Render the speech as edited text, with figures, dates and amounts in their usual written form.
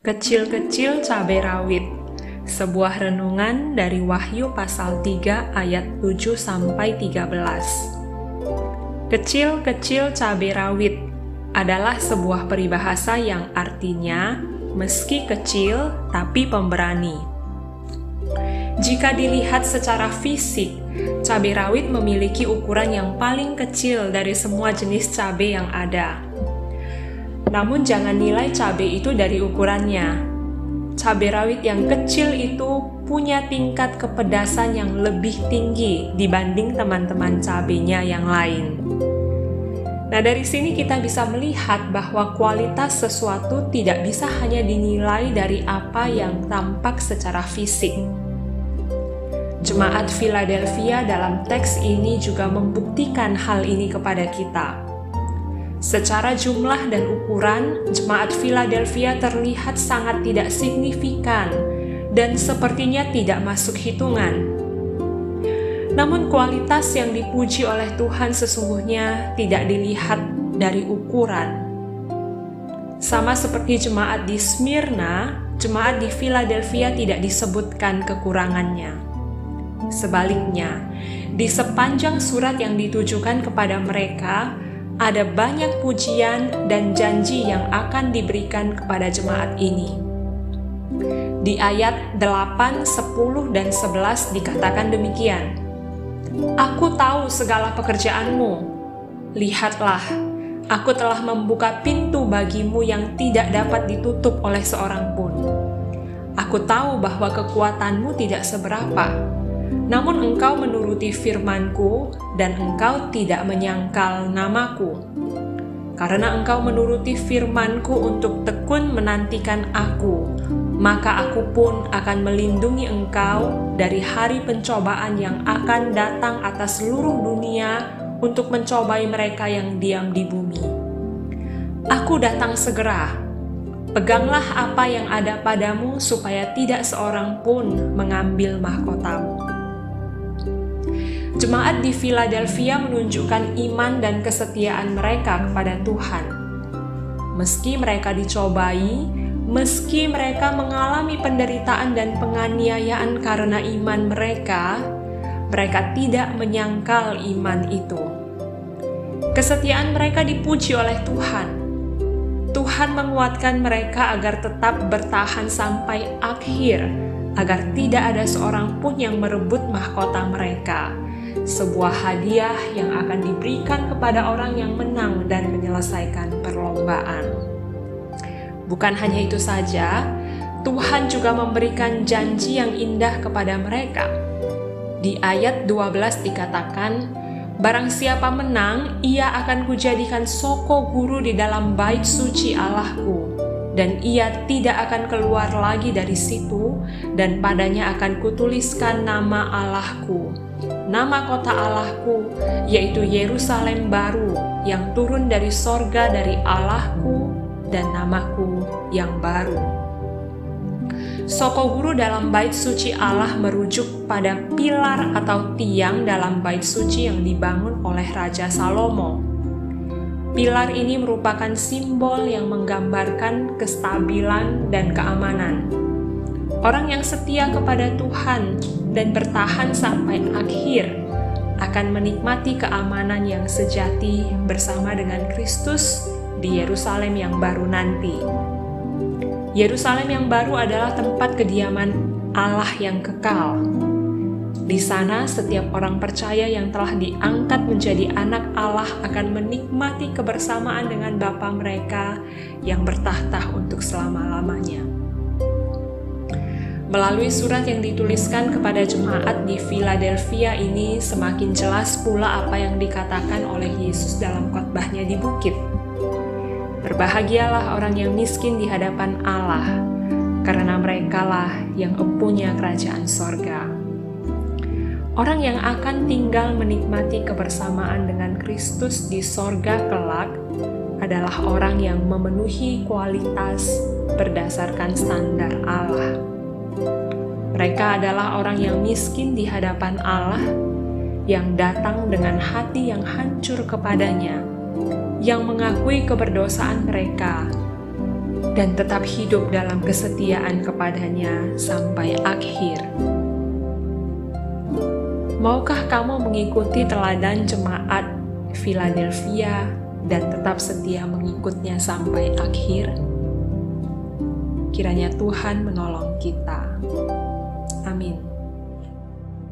Kecil-kecil cabai rawit. Sebuah renungan dari Wahyu pasal 3 ayat 7-13. Kecil-kecil cabai rawit adalah sebuah peribahasa yang artinya meski kecil tapi pemberani. Jika dilihat secara fisik, cabai rawit memiliki ukuran yang paling kecil dari semua jenis cabai yang ada. Namun jangan nilai cabai itu dari ukurannya. Cabai rawit yang kecil itu punya tingkat kepedasan yang lebih tinggi dibanding teman-teman cabainya yang lain. Nah, dari sini kita bisa melihat bahwa kualitas sesuatu tidak bisa hanya dinilai dari apa yang tampak secara fisik. Jemaat Philadelphia dalam teks ini juga membuktikan hal ini kepada kita. Secara jumlah dan ukuran, jemaat Philadelphia terlihat sangat tidak signifikan dan sepertinya tidak masuk hitungan. Namun kualitas yang dipuji oleh Tuhan sesungguhnya tidak dilihat dari ukuran. Sama seperti jemaat di Smyrna, jemaat di Philadelphia tidak disebutkan kekurangannya. Sebaliknya, di sepanjang surat yang ditujukan kepada mereka, ada banyak pujian dan janji yang akan diberikan kepada jemaat ini. Di ayat 8, 10, dan 11 dikatakan demikian. Aku tahu segala pekerjaanmu. Lihatlah, aku telah membuka pintu bagimu yang tidak dapat ditutup oleh seorang pun. Aku tahu bahwa kekuatanmu tidak seberapa. Namun engkau menuruti firman-Ku dan engkau tidak menyangkal nama-Ku. Karena engkau menuruti firman-Ku untuk tekun menantikan Aku, maka Aku pun akan melindungi engkau dari hari pencobaan yang akan datang atas seluruh dunia untuk mencobai mereka yang diam di bumi. Aku datang segera. Peganglah apa yang ada padamu supaya tidak seorang pun mengambil mahkotamu. Jemaat di Philadelphia menunjukkan iman dan kesetiaan mereka kepada Tuhan. Meski mereka dicobai, meski mereka mengalami penderitaan dan penganiayaan karena iman mereka tidak menyangkal iman itu. Kesetiaan mereka dipuji oleh Tuhan. Tuhan menguatkan mereka agar tetap bertahan sampai akhir, agar tidak ada seorang pun yang merebut mahkota mereka. Sebuah hadiah yang akan diberikan kepada orang yang menang dan menyelesaikan perlombaan. Bukan hanya itu saja, Tuhan juga memberikan janji yang indah kepada mereka. Di ayat 12 dikatakan, barang siapa menang, ia akan kujadikan soko guru di dalam bait suci Allahku, dan ia tidak akan keluar lagi dari situ, dan padanya akan kutuliskan nama Allahku, nama kota Allahku, yaitu Yerusalem baru yang turun dari sorga dari Allahku, dan namaku yang baru. Soko guru dalam bait suci Allah merujuk pada pilar atau tiang dalam bait suci yang dibangun oleh Raja Salomo. Pilar ini merupakan simbol yang menggambarkan kestabilan dan keamanan. Orang yang setia kepada Tuhan dan bertahan sampai akhir akan menikmati keamanan yang sejati bersama dengan Kristus di Yerusalem yang baru nanti. Yerusalem yang baru adalah tempat kediaman Allah yang kekal. Di sana, setiap orang percaya yang telah diangkat menjadi anak Allah akan menikmati kebersamaan dengan Bapa mereka yang bertahta untuk selama-lamanya. Melalui surat yang dituliskan kepada jemaat di Philadelphia ini, semakin jelas pula apa yang dikatakan oleh Yesus dalam khotbahnya di bukit. Berbahagialah orang yang miskin di hadapan Allah, karena merekalah yang empunya kerajaan sorga. Orang yang akan tinggal menikmati kebersamaan dengan Kristus di sorga kelak adalah orang yang memenuhi kualitas berdasarkan standar Allah. Mereka adalah orang yang miskin di hadapan Allah, yang datang dengan hati yang hancur kepadanya, yang mengakui keberdosaan mereka, dan tetap hidup dalam kesetiaan kepadanya sampai akhir. Maukah kamu mengikuti teladan jemaat Philadelphia dan tetap setia mengikutnya sampai akhir? Kiranya Tuhan menolong kita. Amin.